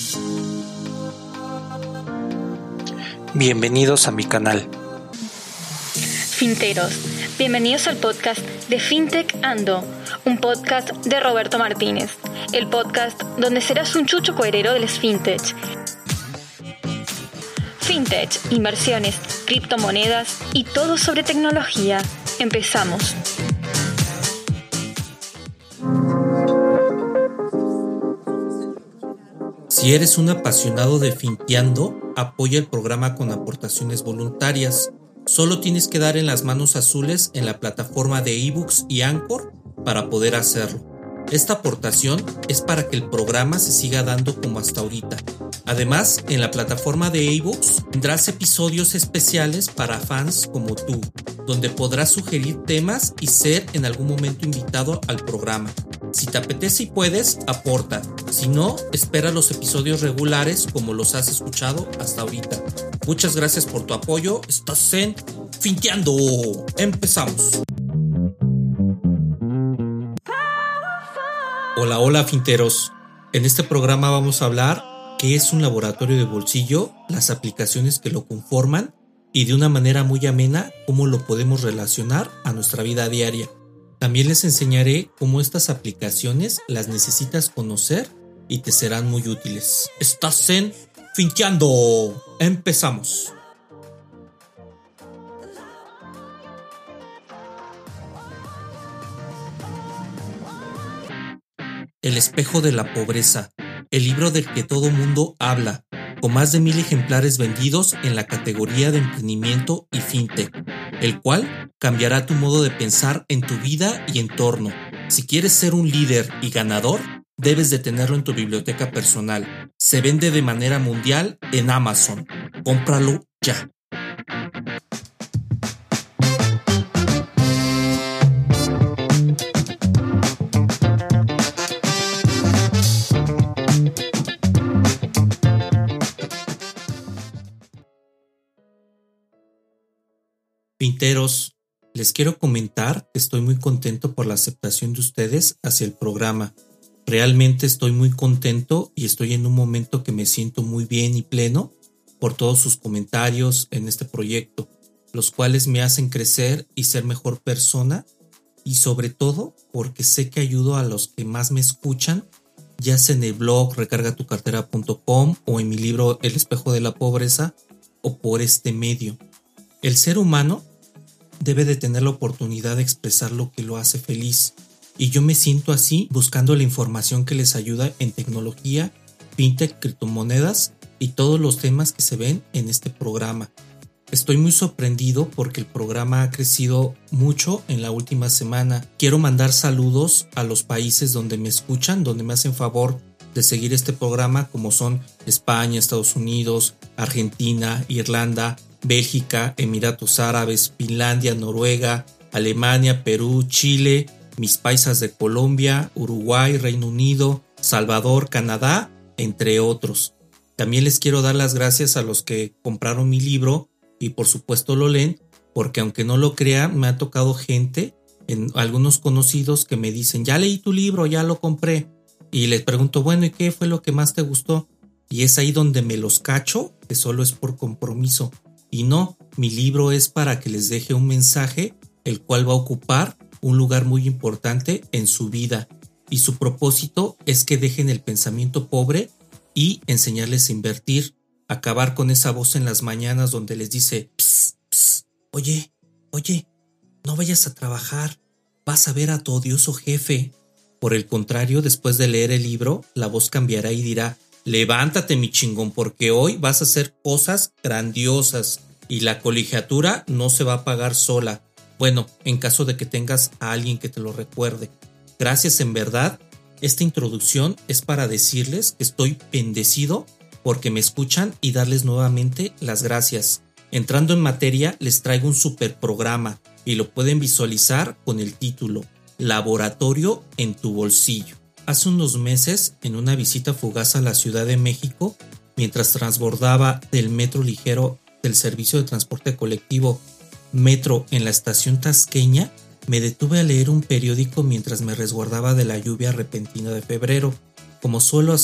Bienvenidos a mi canal. Finteros, bienvenidos al podcast de Fintech Ando, un podcast de Roberto Martínez, el podcast donde serás un chucho coherero del fintech. Fintech, inversiones, criptomonedas y todo sobre tecnología. Empezamos. Si eres un apasionado de Finteando, apoya el programa con aportaciones voluntarias. Solo tienes que dar en las manos azules en la plataforma de ebooks y Anchor para poder hacerlo. Esta aportación es para que el programa se siga dando como hasta ahorita. Además, en la plataforma de ebooks tendrás episodios especiales para fans como tú, donde podrás sugerir temas y ser en algún momento invitado al programa. Si te apetece y puedes, aporta. Si no, espera los episodios regulares como los has escuchado hasta ahorita. Muchas gracias por tu apoyo. Estás en Finteando. Empezamos. Hola finteros. En este programa vamos a hablar qué es un laboratorio de bolsillo, las aplicaciones que lo conforman y de una manera muy amena cómo lo podemos relacionar a nuestra vida diaria. También les enseñaré cómo estas aplicaciones las necesitas conocer y te serán muy útiles. Estás en Finteando. Empezamos. El espejo de la pobreza, el libro del que todo mundo habla, con más de 1000 ejemplares vendidos en la categoría de emprendimiento y fintech, el cual cambiará tu modo de pensar en tu vida y entorno. Si quieres ser un líder y ganador, debes de tenerlo en tu biblioteca personal. Se vende de manera mundial en Amazon. Cómpralo ya. Finteros, les quiero comentar que estoy muy contento por la aceptación de ustedes hacia el programa. Realmente estoy muy contento y estoy en un momento que me siento muy bien y pleno por todos sus comentarios en este proyecto, los cuales me hacen crecer y ser mejor persona, y sobre todo porque sé que ayudo a los que más me escuchan, ya sea en el blog recargatucartera.com o en mi libro El espejo de la pobreza o por este medio. El ser humano debe de tener la oportunidad de expresar lo que lo hace feliz, y yo me siento así buscando la información que les ayuda en tecnología, fintech, criptomonedas y todos los temas que se ven en este programa. Estoy muy sorprendido porque el programa ha crecido mucho en la última semana. Quiero mandar saludos a los países donde me escuchan, donde me hacen favor de seguir este programa, como son España, Estados Unidos, Argentina, Irlanda, Bélgica, Emiratos Árabes, Finlandia, Noruega, Alemania, Perú, Chile, mis paisas de Colombia, Uruguay, Reino Unido, Salvador, Canadá, entre otros. También les quiero dar las gracias a los que compraron mi libro y por supuesto lo leen, porque aunque no lo crean, me ha tocado gente, algunos conocidos que me dicen, ya leí tu libro, ya lo compré. Y les pregunto, bueno, ¿y qué fue lo que más te gustó? Y es ahí donde me los cacho, que solo es por compromiso. Y no, mi libro es para que les deje un mensaje, el cual va a ocupar un lugar muy importante en su vida. Y su propósito es que dejen el pensamiento pobre y enseñarles a invertir, acabar con esa voz en las mañanas donde les dice, pss, pss, oye, no vayas a trabajar, vas a ver a tu odioso jefe. Por el contrario, después de leer el libro, la voz cambiará y dirá, levántate mi chingón, porque hoy vas a hacer cosas grandiosas y la colegiatura no se va a pagar sola. Bueno, en caso de que tengas a alguien que te lo recuerde. Gracias, en verdad. Esta introducción es para decirles que estoy bendecido porque me escuchan y darles nuevamente las gracias. Entrando en materia, les traigo un super programa y lo pueden visualizar con el título Laboratorio en tu bolsillo. Hace unos meses, en una visita fugaz a la Ciudad de México, mientras transbordaba del metro ligero del servicio de transporte colectivo Metro en la estación Tasqueña, me detuve a leer un periódico mientras me resguardaba de la lluvia repentina de febrero. Como suelo hacer,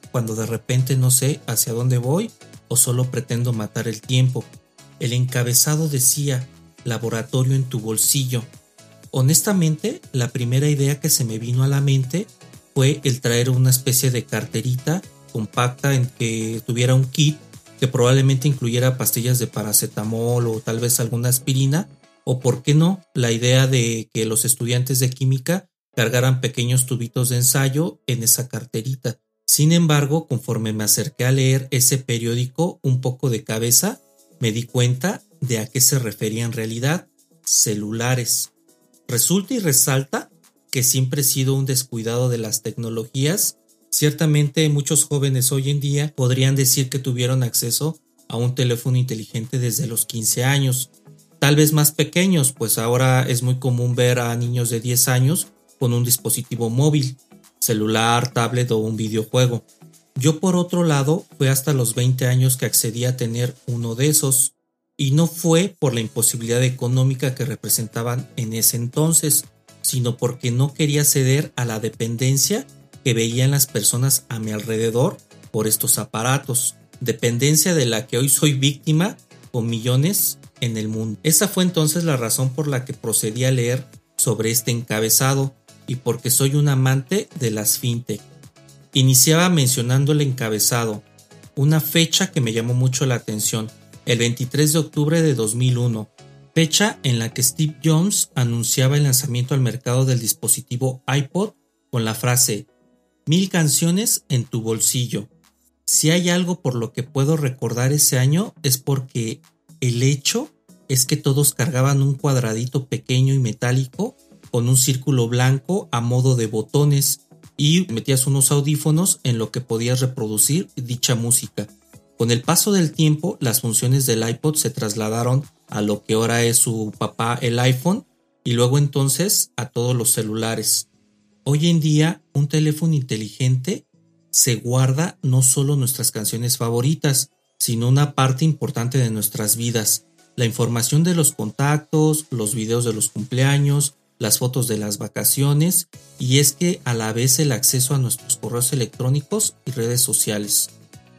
cuando de repente no sé hacia dónde voy o solo pretendo matar el tiempo. El encabezado decía: laboratorio en tu bolsillo. Honestamente, la primera idea que se me vino a la mente fue el traer una especie de carterita compacta en que tuviera un kit que probablemente incluyera pastillas de paracetamol o tal vez alguna aspirina, o por qué no, la idea de que los estudiantes de química cargaran pequeños tubitos de ensayo en esa carterita. Sin embargo, conforme me acerqué a leer ese periódico un poco de cabeza, me di cuenta de a qué se refería en realidad: celulares. Resulta y resalta que siempre he sido un descuidado de las tecnologías. Ciertamente muchos jóvenes hoy en día podrían decir que tuvieron acceso a un teléfono inteligente desde los 15 años. Tal vez más pequeños, pues ahora es muy común ver a niños de 10 años con un dispositivo móvil, celular, tablet o un videojuego. Yo, por otro lado, fue hasta los 20 años que accedí a tener uno de esos, y no fue por la imposibilidad económica que representaban en ese entonces, sino porque no quería ceder a la dependencia que veían las personas a mi alrededor por estos aparatos, dependencia de la que hoy soy víctima con millones en el mundo. Esa fue entonces la razón por la que procedí a leer sobre este encabezado, y porque soy un amante de las fintech. Iniciaba mencionando el encabezado, una fecha que me llamó mucho la atención: el 23 de octubre de 2001, fecha en la que Steve Jobs anunciaba el lanzamiento al mercado del dispositivo iPod con la frase: 1000 canciones en tu bolsillo. Si hay algo por lo que puedo recordar ese año es porque el hecho es que todos cargaban un cuadradito pequeño y metálico con un círculo blanco a modo de botones, y metías unos audífonos en lo que podías reproducir dicha música. Con el paso del tiempo, las funciones del iPod se trasladaron a lo que ahora es su papá, el iPhone, y luego entonces a todos los celulares. Hoy en día, un teléfono inteligente se guarda no solo nuestras canciones favoritas, sino una parte importante de nuestras vidas: la información de los contactos, los videos de los cumpleaños, las fotos de las vacaciones, y es que a la vez el acceso a nuestros correos electrónicos y redes sociales,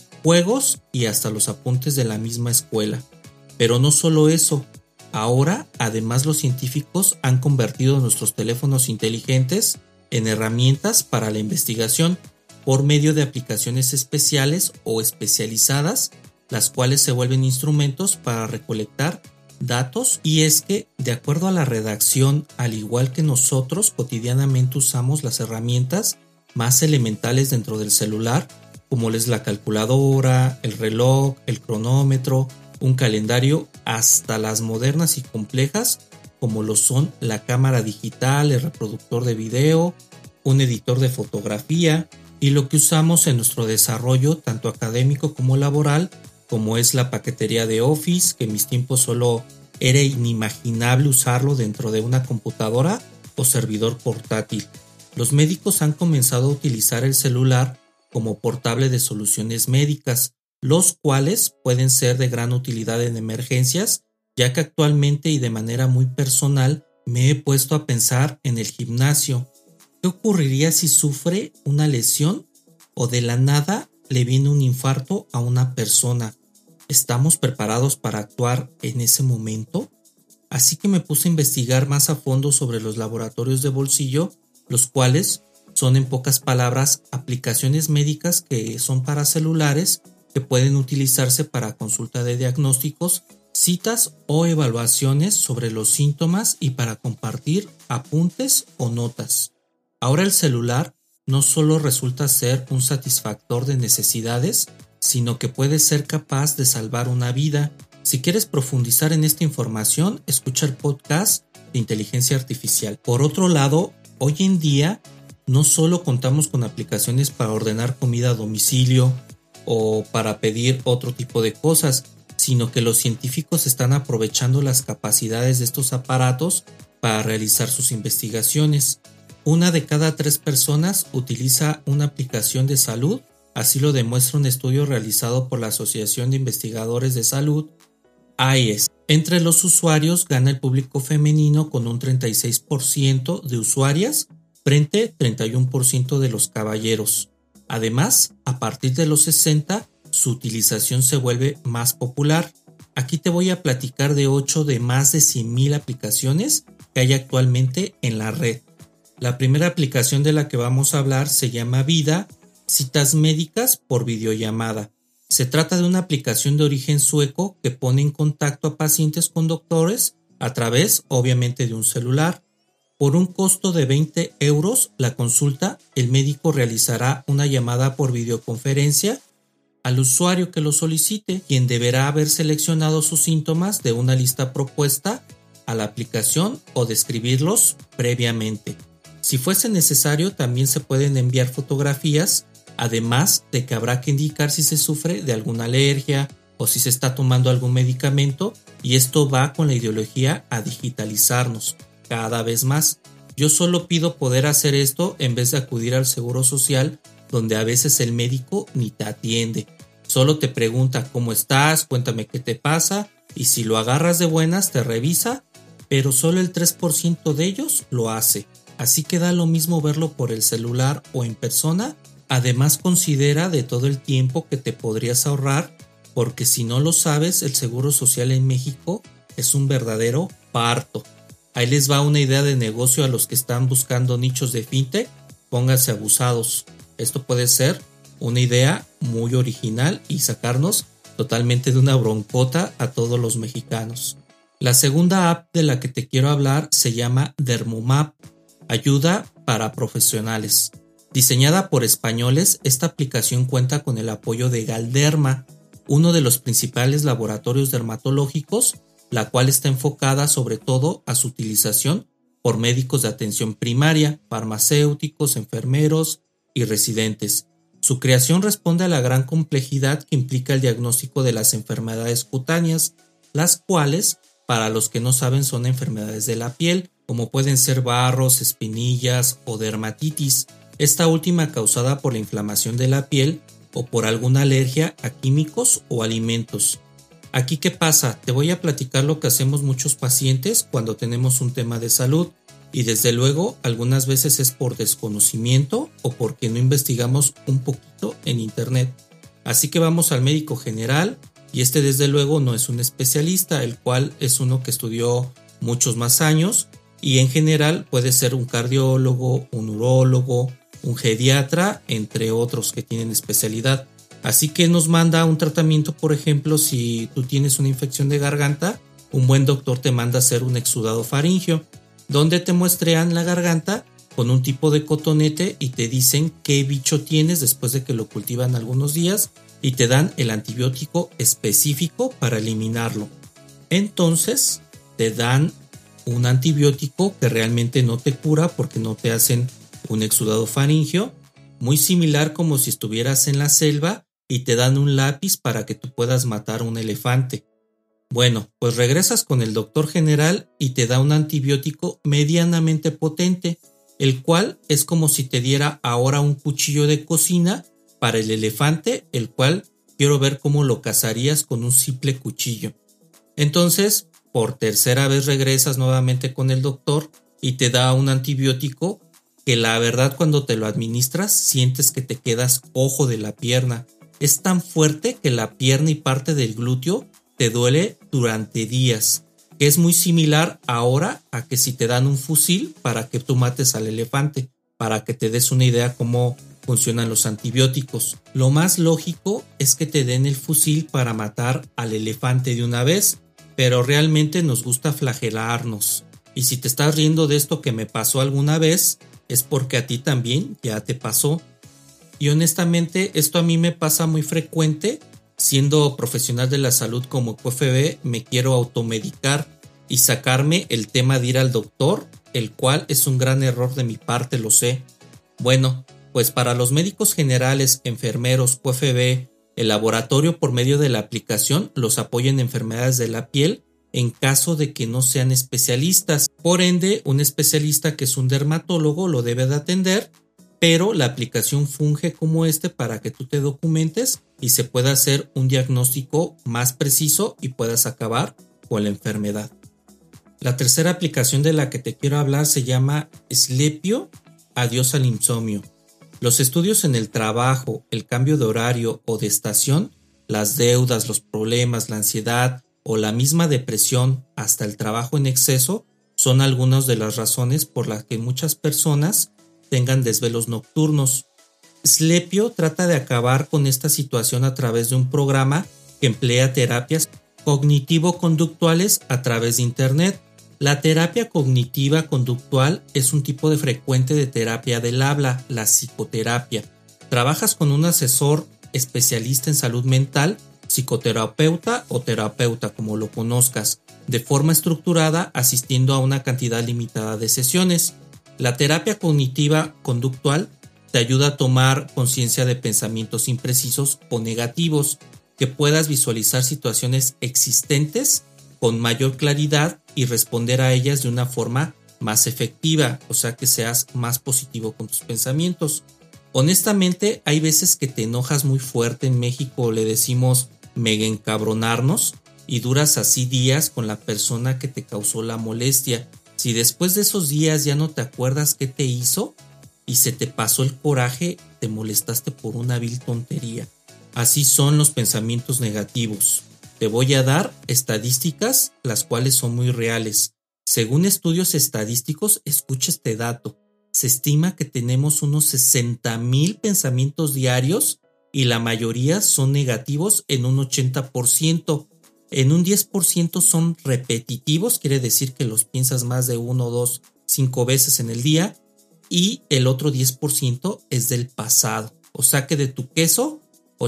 juegos y hasta los apuntes de la misma escuela. Pero no solo eso, ahora además los científicos han convertido nuestros teléfonos inteligentes en herramientas para la investigación por medio de aplicaciones especiales o especializadas, las cuales se vuelven instrumentos para recolectar datos. Y es que, de acuerdo a la redacción, al igual que nosotros cotidianamente usamos las herramientas más elementales dentro del celular, como es la calculadora, el reloj, el cronómetro, un calendario, hasta las modernas y complejas como lo son la cámara digital, el reproductor de video, un editor de fotografía, y lo que usamos en nuestro desarrollo tanto académico como laboral, como es la paquetería de Office, que en mis tiempos solo era inimaginable usarlo dentro de una computadora o servidor portátil. Los médicos han comenzado a utilizar el celular como portable de soluciones médicas, los cuales pueden ser de gran utilidad en emergencias, ya que actualmente y de manera muy personal me he puesto a pensar en el gimnasio. ¿Qué ocurriría si sufre una lesión o de la nada le viene un infarto a una persona? ¿Estamos preparados para actuar en ese momento? Así que me puse a investigar más a fondo sobre los laboratorios de bolsillo, los cuales son, en pocas palabras, aplicaciones médicas que son para celulares, que pueden utilizarse para consulta de diagnósticos, citas o evaluaciones sobre los síntomas y para compartir apuntes o notas. Ahora el celular no solo resulta ser un satisfactor de necesidades, sino que puede ser capaz de salvar una vida. Si quieres profundizar en esta información, escucha el podcast de inteligencia artificial. Por otro lado, hoy en día no solo contamos con aplicaciones para ordenar comida a domicilio o para pedir otro tipo de cosas, sino que los científicos están aprovechando las capacidades de estos aparatos para realizar sus investigaciones. 1 de cada 3 personas utiliza una aplicación de salud, así lo demuestra un estudio realizado por la Asociación de Investigadores de Salud, AIES. Entre los usuarios gana el público femenino con un 36% de usuarias frente al 31% de los caballeros. Además, a partir de los 60, su utilización se vuelve más popular. Aquí te voy a platicar de 8 de más de 100,000 aplicaciones que hay actualmente en la red. La primera aplicación de la que vamos a hablar se llama Vida, citas médicas por videollamada. Se trata de una aplicación de origen sueco que pone en contacto a pacientes con doctores a través, obviamente, de un celular. Por un costo de 20 euros la consulta, el médico realizará una llamada por videoconferencia al usuario que lo solicite, quien deberá haber seleccionado sus síntomas de una lista propuesta a la aplicación o describirlos previamente. Si fuese necesario, también se pueden enviar fotografías, además de que habrá que indicar si se sufre de alguna alergia o si se está tomando algún medicamento, y esto va con la ideología a digitalizarnos cada vez más. Yo solo pido poder hacer esto en vez de acudir al Seguro Social, donde a veces el médico ni te atiende. Solo te pregunta cómo estás, cuéntame qué te pasa, y si lo agarras de buenas te revisa, pero solo el 3% de ellos lo hace. Así que da lo mismo verlo por el celular o en persona. Además, considera de todo el tiempo que te podrías ahorrar, porque si no lo sabes, el Seguro Social en México es un verdadero parto. Ahí les va una idea de negocio a los que están buscando nichos de fintech. Pónganse abusados. Esto puede ser una idea muy original y sacarnos totalmente de una broncota a todos los mexicanos. La segunda app de la que te quiero hablar se llama Dermomap, ayuda para profesionales. Diseñada por españoles, esta aplicación cuenta con el apoyo de Galderma, uno de los principales laboratorios dermatológicos, la cual está enfocada sobre todo a su utilización por médicos de atención primaria, farmacéuticos, enfermeros y residentes. Su creación responde a la gran complejidad que implica el diagnóstico de las enfermedades cutáneas, las cuales, para los que no saben, son enfermedades de la piel, como pueden ser barros, espinillas o dermatitis, esta última causada por la inflamación de la piel o por alguna alergia a químicos o alimentos. Aquí, ¿qué pasa? Te voy a platicar lo que hacemos muchos pacientes cuando tenemos un tema de salud, y desde luego algunas veces es por desconocimiento o porque no investigamos un poquito en internet. Así que vamos al médico general, y este desde luego no es un especialista, el cual es uno que estudió muchos más años, y en general puede ser un cardiólogo, un urólogo, un geriatra, entre otros que tienen especialidad. Así que nos manda un tratamiento. Por ejemplo, si tú tienes una infección de garganta, un buen doctor te manda a hacer un exudado faríngeo, donde te muestrean la garganta con un tipo de cotonete y te dicen qué bicho tienes después de que lo cultivan algunos días, y te dan el antibiótico específico para eliminarlo. Entonces te dan un antibiótico que realmente no te cura porque no te hacen un exudado faríngeo, muy similar como si estuvieras en la selva, y te dan un lápiz para que tú puedas matar a un elefante. Bueno, pues regresas con el doctor general y te da un antibiótico medianamente potente, el cual es como si te diera ahora un cuchillo de cocina para el elefante, el cual quiero ver cómo lo cazarías con un simple cuchillo. Entonces, por tercera vez regresas nuevamente con el doctor y te da un antibiótico que la verdad cuando te lo administras sientes que te quedas cojo de la pierna. Es tan fuerte que la pierna y parte del glúteo te duele durante días, que es muy similar ahora a que si te dan un fusil para que tú mates al elefante, para que te des una idea cómo funcionan los antibióticos. Lo más lógico es que te den el fusil para matar al elefante de una vez, pero realmente nos gusta flagelarnos. Y si te estás riendo de esto que me pasó alguna vez, es porque a ti también ya te pasó. Y honestamente esto a mí me pasa muy frecuente. Siendo profesional de la salud como QFB, me quiero automedicar y sacarme el tema de ir al doctor, el cual es un gran error de mi parte, lo sé. Bueno, pues para los médicos generales, enfermeros, QFB, el laboratorio por medio de la aplicación los apoya en enfermedades de la piel en caso de que no sean especialistas. Por ende, un especialista que es un dermatólogo lo debe de atender, pero la aplicación funge como para que tú te documentes y se pueda hacer un diagnóstico más preciso y puedas acabar con la enfermedad. La tercera aplicación de la que te quiero hablar se llama Sleepio, adiós al insomnio. Los estudios en el trabajo, el cambio de horario o de estación, las deudas, los problemas, la ansiedad o la misma depresión, hasta el trabajo en exceso, son algunas de las razones por las que muchas personas tengan desvelos nocturnos. Sleepio trata de acabar con esta situación a través de un programa que emplea terapias cognitivo-conductuales a través de Internet. La terapia cognitiva conductual es un tipo de frecuente de terapia del habla, la psicoterapia. Trabajas con un asesor especialista en salud mental, psicoterapeuta o terapeuta, como lo conozcas, de forma estructurada, asistiendo a una cantidad limitada de sesiones. La terapia cognitiva conductual te ayuda a tomar conciencia de pensamientos imprecisos o negativos, que puedas visualizar situaciones existentes con mayor claridad y responder a ellas de una forma más efectiva, o sea que seas más positivo con tus pensamientos. Honestamente, hay veces que te enojas muy fuerte. En México le decimos mega encabronarnos, y duras así días con la persona que te causó la molestia. Si después de esos días ya no te acuerdas qué te hizo y se te pasó el coraje, te molestaste por una vil tontería. Así son los pensamientos negativos. Te voy a dar estadísticas, las cuales son muy reales. Según estudios estadísticos, escucha este dato. Se estima que tenemos unos 60,000 pensamientos diarios y la mayoría son negativos en un 80%. En un 10% son repetitivos, quiere decir que los piensas más de 1, 2, 5 veces en el día, y el otro 10% es del pasado. O sea que de tu queso,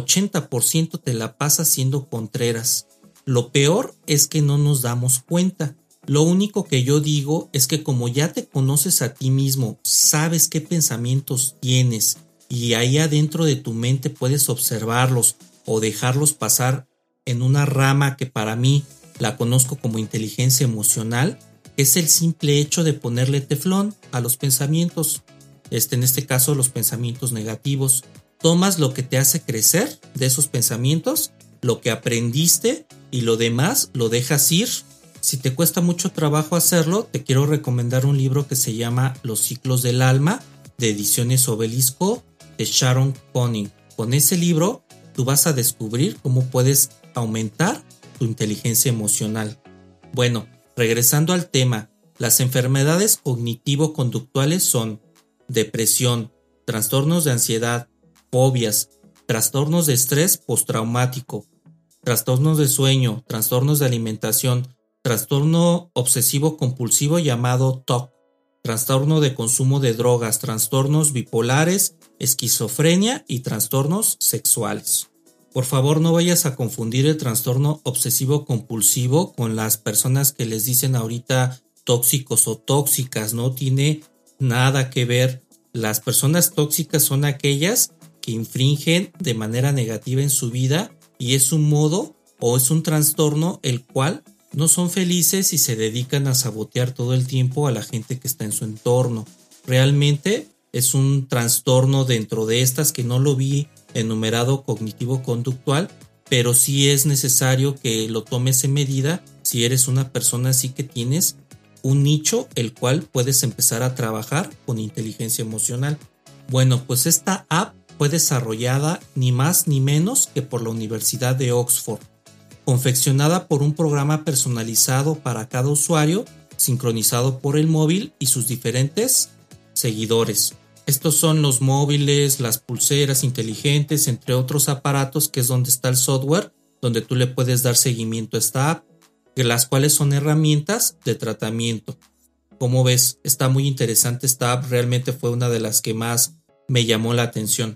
80% te la pasas siendo contreras. Lo peor es que no nos damos cuenta. Lo único que yo digo es que como ya te conoces a ti mismo, sabes qué pensamientos tienes y ahí adentro de tu mente puedes observarlos o dejarlos pasar en una rama que para mí la conozco como inteligencia emocional, es el simple hecho de ponerle teflón a los pensamientos. En este caso, los pensamientos negativos. Tomas lo que te hace crecer de esos pensamientos, lo que aprendiste, y lo demás lo dejas ir. Si te cuesta mucho trabajo hacerlo, te quiero recomendar un libro que se llama Los ciclos del alma, de Ediciones Obelisco, de Sharon Conning. Con ese libro, tú vas a descubrir cómo puedes aumentar tu inteligencia emocional. Bueno, regresando al tema, las enfermedades cognitivo-conductuales son depresión, trastornos de ansiedad, fobias, trastornos de estrés postraumático, trastornos de sueño, trastornos de alimentación, trastorno obsesivo-compulsivo llamado TOC, trastorno de consumo de drogas, trastornos bipolares, esquizofrenia y trastornos sexuales. Por favor, no vayas a confundir el trastorno obsesivo-compulsivo con las personas que les dicen ahorita tóxicos o tóxicas. No tiene nada que ver. Las personas tóxicas son aquellas que infringen de manera negativa en su vida y es un modo o es un trastorno el cual no son felices y se dedican a sabotear todo el tiempo a la gente que está en su entorno. Realmente es un trastorno dentro de estas que no lo vi enumerado cognitivo-conductual, pero sí es necesario que lo tomes en medida si eres una persona así que tienes un nicho el cual puedes empezar a trabajar con inteligencia emocional. Bueno, pues esta app fue desarrollada ni más ni menos que por la Universidad de Oxford, confeccionada por un programa personalizado para cada usuario, sincronizado por el móvil y sus diferentes seguidores. Estos son los móviles, las pulseras inteligentes, entre otros aparatos, que es donde está el software, donde tú le puedes dar seguimiento a esta app, de las cuales son herramientas de tratamiento. Como ves, está muy interesante esta app, realmente fue una de las que más me llamó la atención.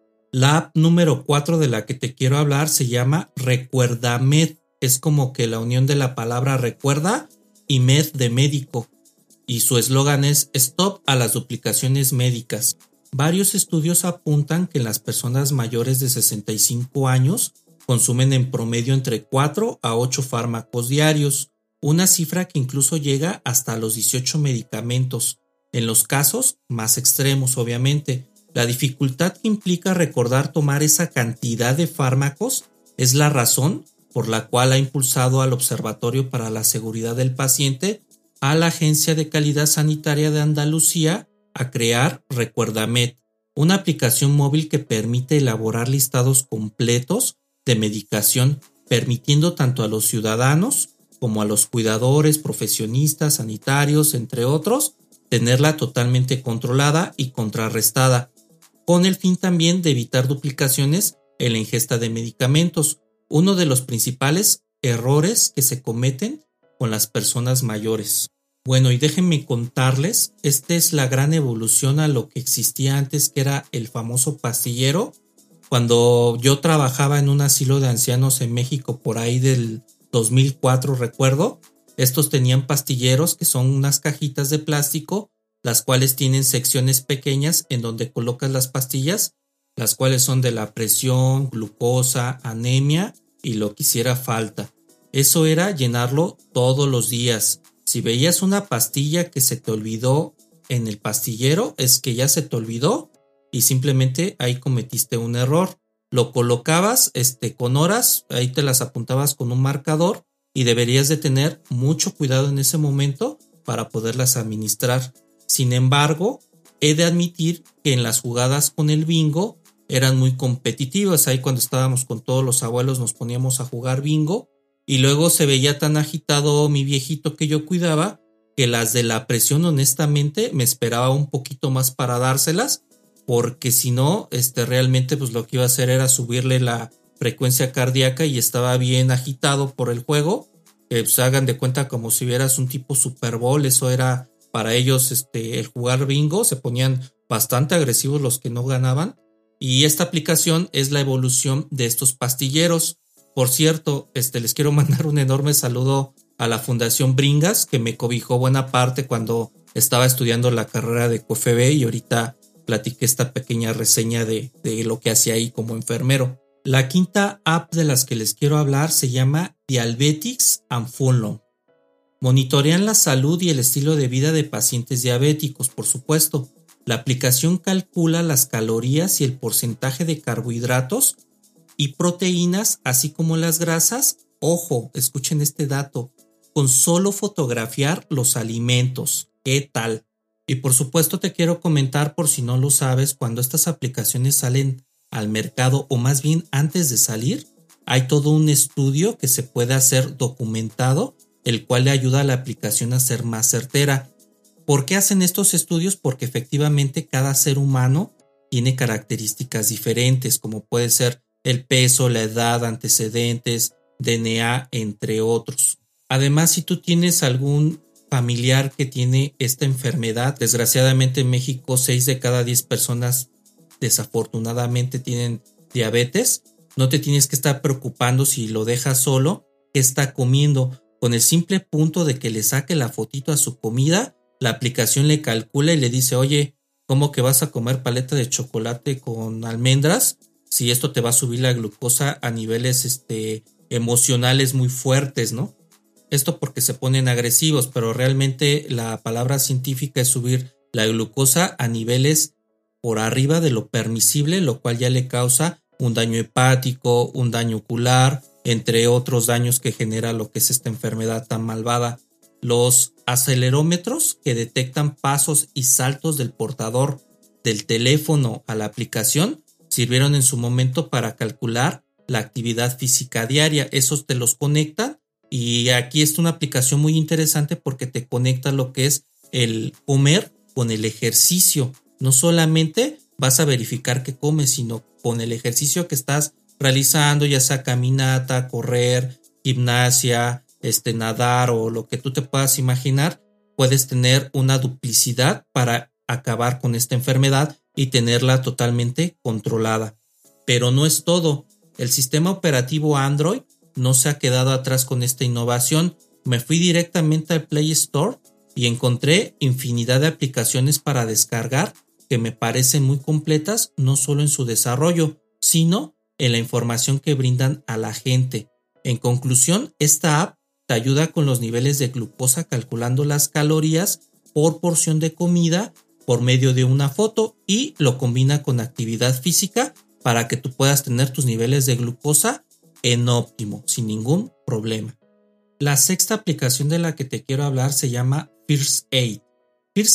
La app número 4 de la que te quiero hablar se llama Recuerdamed. Es como que la unión de la palabra recuerda y med de médico. Y su eslogan es Stop a las duplicaciones médicas. Varios estudios apuntan que las personas mayores de 65 años consumen en promedio entre 4 a 8 fármacos diarios, una cifra que incluso llega hasta los 18 medicamentos, en los casos más extremos obviamente. La dificultad que implica recordar tomar esa cantidad de fármacos es la razón por la cual ha impulsado al Observatorio para la Seguridad del Paciente a la Agencia de Calidad Sanitaria de Andalucía a crear Recuerdamed, una aplicación móvil que permite elaborar listados completos de medicación, permitiendo tanto a los ciudadanos como a los cuidadores, profesionistas, sanitarios, entre otros, tenerla totalmente controlada y contrarrestada, con el fin también de evitar duplicaciones en la ingesta de medicamentos, uno de los principales errores que se cometen con las personas mayores. Bueno, y déjenme contarles, esta es la gran evolución a lo que existía antes, que era el famoso pastillero. Cuando yo trabajaba en un asilo de ancianos en México por ahí del 2004, recuerdo, estos tenían pastilleros que son unas cajitas de plástico, las cuales tienen secciones pequeñas en donde colocas las pastillas, las cuales son de la presión, glucosa, anemia y lo que hiciera falta. Eso era llenarlo todos los días. Si veías una pastilla que se te olvidó en el pastillero, es que ya se te olvidó y simplemente ahí cometiste un error. Lo colocabas con horas, ahí te las apuntabas con un marcador y deberías de tener mucho cuidado en ese momento para poderlas administrar. Sin embargo, he de admitir que en las jugadas con el bingo eran muy competitivas. Ahí cuando estábamos con todos los abuelos nos poníamos a jugar bingo y luego se veía tan agitado mi viejito que yo cuidaba que las de la presión honestamente me esperaba un poquito más para dárselas, porque si no, realmente pues lo que iba a hacer era subirle la frecuencia cardíaca y estaba bien agitado por el juego. Pues hagan de cuenta como si vieras un tipo Super Bowl, eso era para ellos el jugar bingo, se ponían bastante agresivos los que no ganaban. Y esta aplicación es la evolución de estos pastilleros. Por cierto, les quiero mandar un enorme saludo a la Fundación Bringas, que me cobijó buena parte cuando estaba estudiando la carrera de QFB y ahorita platiqué esta pequeña reseña de lo que hacía ahí como enfermero. La quinta app de las que les quiero hablar se llama Diabetics and Funlong. Monitorean la salud y el estilo de vida de pacientes diabéticos, por supuesto. La aplicación calcula las calorías y el porcentaje de carbohidratos y proteínas, así como las grasas. Ojo, escuchen este dato, con solo fotografiar los alimentos. ¿Qué tal? Y por supuesto te quiero comentar, por si no lo sabes, cuando estas aplicaciones salen al mercado, o más bien antes de salir, hay todo un estudio que se puede hacer documentado, el cual le ayuda a la aplicación a ser más certera. ¿Por qué hacen estos estudios? Porque efectivamente cada ser humano tiene características diferentes, como puede ser el peso, la edad, antecedentes, DNA, entre otros. Además, si tú tienes algún familiar que tiene esta enfermedad, desgraciadamente en México 6 de cada 10 personas desafortunadamente tienen diabetes, no te tienes que estar preocupando si lo dejas solo, qué está comiendo. Con el simple punto de que le saque la fotito a su comida, la aplicación le calcula y le dice, oye, ¿cómo que vas a comer paleta de chocolate con almendras? Si esto te va a subir la glucosa a niveles emocionales muy fuertes, ¿no? Esto porque se ponen agresivos, pero realmente la palabra científica es subir la glucosa a niveles por arriba de lo permisible, lo cual ya le causa un daño hepático, un daño ocular, entre otros daños que genera lo que es esta enfermedad tan malvada. Los acelerómetros que detectan pasos y saltos del portador del teléfono a la aplicación sirvieron en su momento para calcular la actividad física diaria. Esos te los conectan y aquí está una aplicación muy interesante porque te conecta lo que es el comer con el ejercicio. No solamente vas a verificar qué comes, sino con el ejercicio que estás realizando, ya sea caminata, correr, gimnasia, nadar o lo que tú te puedas imaginar, puedes tener una duplicidad para acabar con esta enfermedad y tenerla totalmente controlada. Pero no es todo. El sistema operativo Android no se ha quedado atrás con esta innovación. Me fui directamente al Play Store y encontré infinidad de aplicaciones para descargar que me parecen muy completas, no solo en su desarrollo, sino en la información que brindan a la gente. En conclusión, esta app te ayuda con los niveles de glucosa calculando las calorías por porción de comida por medio de una foto y lo combina con actividad física para que tú puedas tener tus niveles de glucosa en óptimo, sin ningún problema. La sexta aplicación de la que te quiero hablar se llama First Aid. First Aid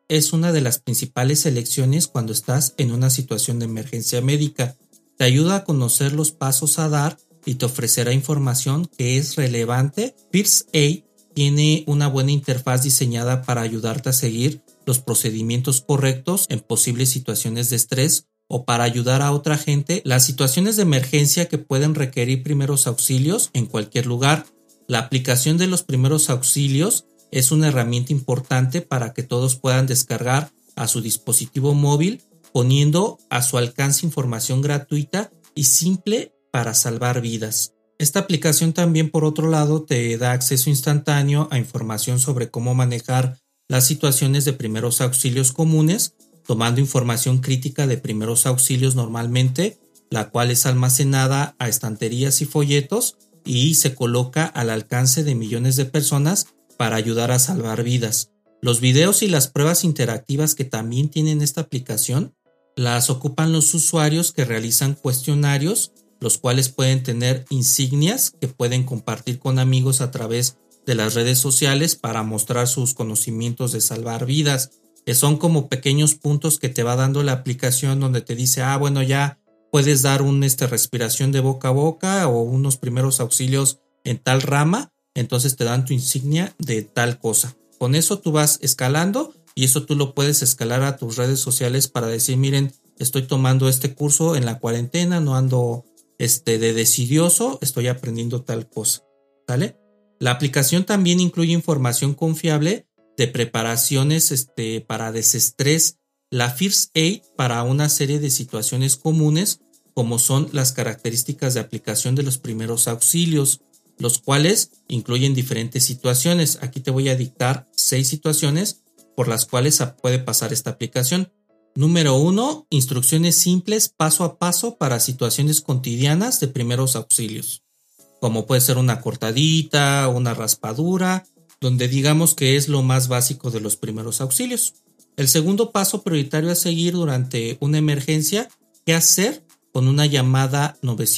es una de las principales elecciones cuando estás en una situación de emergencia médica. Te ayuda a conocer los pasos a dar y te ofrecerá información que es relevante. First Aid tiene una buena interfaz diseñada para ayudarte a seguir los procedimientos correctos en posibles situaciones de estrés o para ayudar a otra gente. Las situaciones de emergencia que pueden requerir primeros auxilios en cualquier lugar. La aplicación de los primeros auxilios es una herramienta importante para que todos puedan descargar a su dispositivo móvil, poniendo a su alcance información gratuita y simple para salvar vidas. Esta aplicación también, por otro lado, te da acceso instantáneo a información sobre cómo manejar las situaciones de primeros auxilios comunes, tomando información crítica de primeros auxilios normalmente, la cual es almacenada a estanterías y folletos y se coloca al alcance de millones de personas para ayudar a salvar vidas. Los videos y las pruebas interactivas que también tienen esta aplicación las ocupan los usuarios que realizan cuestionarios, los cuales pueden tener insignias que pueden compartir con amigos a través de las redes sociales para mostrar sus conocimientos de salvar vidas, que son como pequeños puntos que te va dando la aplicación donde te dice, bueno, ya puedes dar respiración de boca a boca o unos primeros auxilios en tal rama, entonces te dan tu insignia de tal cosa. Con eso tú vas escalando y eso tú lo puedes escalar a tus redes sociales para decir, miren, estoy tomando este curso en la cuarentena, no ando de decidioso, estoy aprendiendo tal cosa, ¿vale? La aplicación también incluye información confiable de preparaciones para desestrés, la First Aid para una serie de situaciones comunes como son las características de aplicación de los primeros auxilios, los cuales incluyen diferentes situaciones. Aquí te voy a dictar 6 situaciones por las cuales puede pasar esta aplicación. Número 1, instrucciones simples paso a paso para situaciones cotidianas de primeros auxilios, como puede ser una cortadita, una raspadura, donde digamos que es lo más básico de los primeros auxilios. El segundo paso prioritario a seguir durante una emergencia, ¿qué hacer con una llamada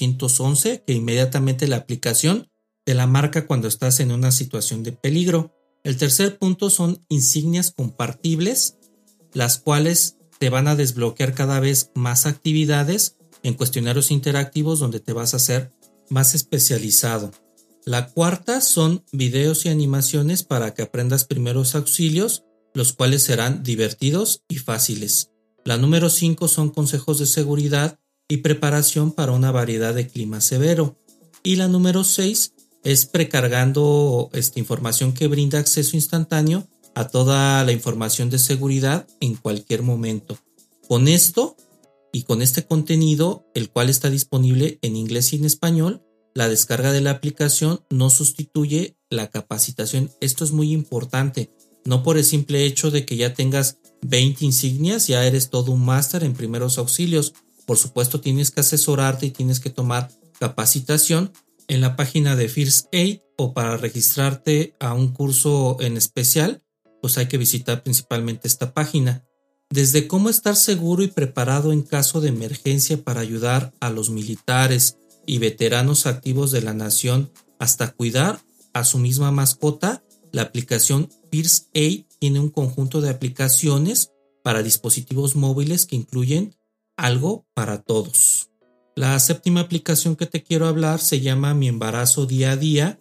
911 que inmediatamente la aplicación te la marca cuando estás en una situación de peligro? El tercer punto son insignias compartibles, las cuales te van a desbloquear cada vez más actividades en cuestionarios interactivos donde te vas a hacer más especializado. La cuarta son videos y animaciones para que aprendas primeros auxilios, los cuales serán divertidos y fáciles. La número 5 son consejos de seguridad y preparación para una variedad de clima severo. Y la número 6 es precargando información que brinda acceso instantáneo a toda la información de seguridad en cualquier momento. Con esto y con este contenido, el cual está disponible en inglés y en español, la descarga de la aplicación no sustituye la capacitación. Esto es muy importante. No por el simple hecho de que ya tengas 20 insignias, ya eres todo un máster en primeros auxilios. Por supuesto, tienes que asesorarte y tienes que tomar capacitación en la página de First Aid, o para registrarte a un curso en especial, pues hay que visitar principalmente esta página. Desde cómo estar seguro y preparado en caso de emergencia para ayudar a los militares y veteranos activos de la nación hasta cuidar a su misma mascota, la aplicación First Aid tiene un conjunto de aplicaciones para dispositivos móviles que incluyen algo para todos. La séptima aplicación que te quiero hablar se llama Mi Embarazo Día a Día,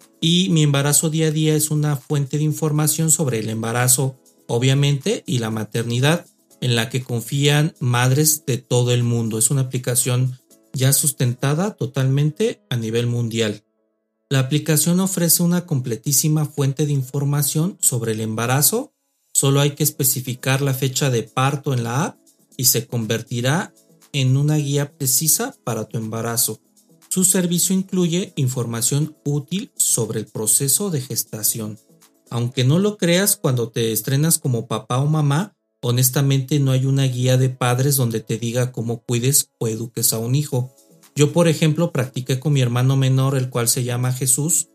y Mi Embarazo Día a Día es una fuente de información sobre el embarazo, obviamente, y la maternidad, en la que confían madres de todo el mundo. Es una aplicación ya sustentada totalmente a nivel mundial. La aplicación ofrece una completísima fuente de información sobre el embarazo. Solo hay que especificar la fecha de parto en la app y se convertirá en una guía precisa para tu embarazo. Su servicio incluye información útil sobre el proceso de gestación. Aunque no lo creas, cuando te estrenas como papá o mamá, honestamente no hay una guía de padres donde te diga cómo cuides o eduques a un hijo. Yo, por ejemplo, practiqué con mi hermano menor, el cual se llama Jesús.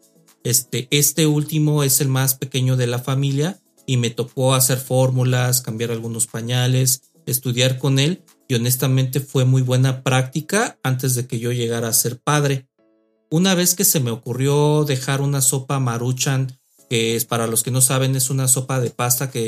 Este último es el más pequeño de la familia y me tocó hacer fórmulas, cambiar algunos pañales, estudiar con él, y honestamente fue muy buena práctica antes de que yo llegara a ser padre. Una vez que se me ocurrió dejar una sopa Maruchan, que es, para los que no saben, es una sopa de pasta que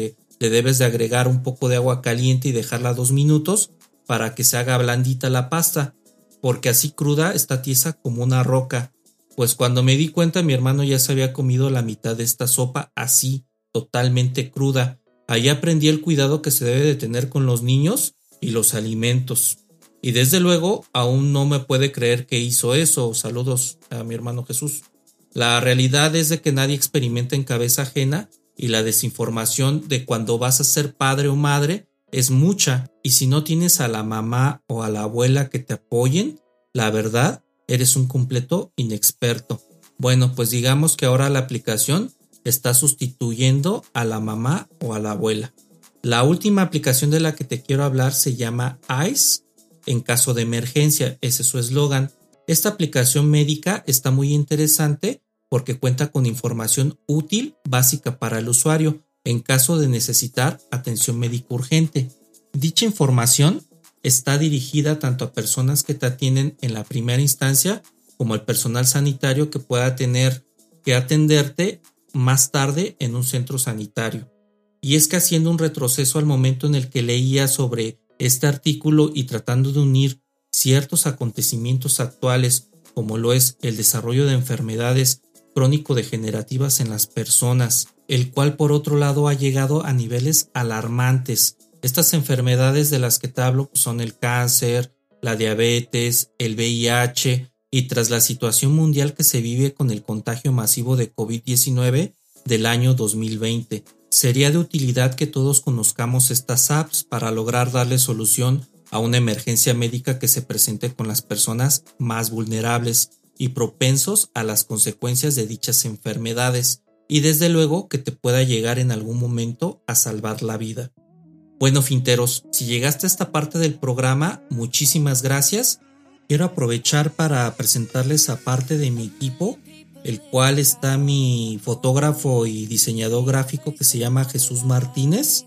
le debes de agregar un poco de agua caliente y dejarla 2 minutos para que se haga blandita la pasta, porque así cruda está tiesa como una roca. Pues cuando me di cuenta, mi hermano ya se había comido la mitad de esta sopa así, totalmente cruda. Ahí aprendí el cuidado que se debe de tener con los niños y los alimentos. Y desde luego, aún no me puede creer que hizo eso. Saludos a mi hermano Jesús. La realidad es de que nadie experimenta en cabeza ajena y la desinformación de cuando vas a ser padre o madre es mucha. Y si no tienes a la mamá o a la abuela que te apoyen, la verdad, eres un completo inexperto. Bueno, pues digamos que ahora la aplicación está sustituyendo a la mamá o a la abuela. La última aplicación de la que te quiero hablar se llama ICE, en caso de emergencia, ese es su eslogan. Esta aplicación médica está muy interesante porque cuenta con información útil, básica para el usuario, en caso de necesitar atención médica urgente. Dicha información está dirigida tanto a personas que te atienden en la primera instancia como al personal sanitario que pueda tener que atenderte más tarde en un centro sanitario. Y es que haciendo un retroceso al momento en el que leía sobre este artículo y tratando de unir ciertos acontecimientos actuales como lo es el desarrollo de enfermedades crónico-degenerativas en las personas, el cual por otro lado ha llegado a niveles alarmantes. Estas enfermedades de las que te hablo son el cáncer, la diabetes, el VIH y tras la situación mundial que se vive con el contagio masivo de COVID-19 del año 2020. Sería de utilidad que todos conozcamos estas apps para lograr darle solución a una emergencia médica que se presente con las personas más vulnerables y propensos a las consecuencias de dichas enfermedades y desde luego que te pueda llegar en algún momento a salvar la vida. Bueno, finteros, si llegaste a esta parte del programa, muchísimas gracias. Quiero aprovechar para presentarles a parte de mi equipo, el cual está mi fotógrafo y diseñador gráfico que se llama Jesús Martínez,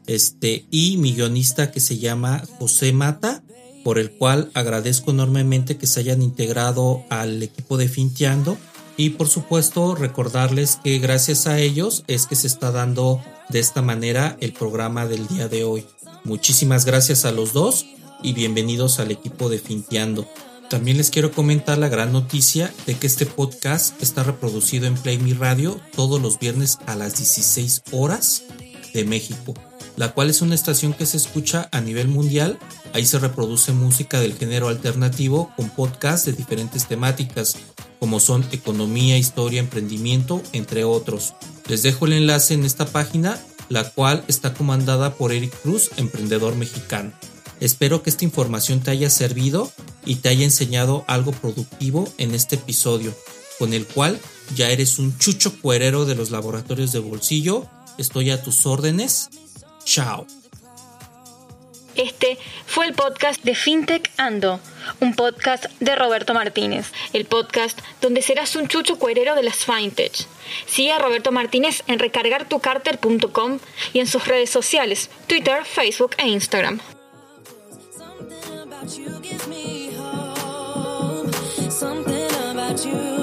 y mi guionista que se llama José Mata, por el cual agradezco enormemente que se hayan integrado al equipo de Finteando y por supuesto recordarles que gracias a ellos es que se está dando de esta manera el programa del día de hoy. Muchísimas gracias a los dos y bienvenidos al equipo de Finteando. También les quiero comentar la gran noticia de que este podcast está reproducido en Play Mi Radio todos los viernes a las 16 horas de México, la cual es una estación que se escucha a nivel mundial. Ahí se reproduce música del género alternativo con podcasts de diferentes temáticas, como son economía, historia, emprendimiento, entre otros. Les dejo el enlace en esta página, la cual está comandada por Eric Cruz, emprendedor mexicano. Espero que esta información te haya servido y te haya enseñado algo productivo en este episodio, con el cual ya eres un chucho cuerero de los laboratorios de bolsillo. Estoy a tus órdenes. Chao. Este fue el podcast de Fintech Ando, un podcast de Roberto Martínez, el podcast donde serás un chucho cuerero de las fintech. Sigue a Roberto Martínez en recargartucarter.com y en sus redes sociales, Twitter, Facebook e Instagram. You give me hope, something about you.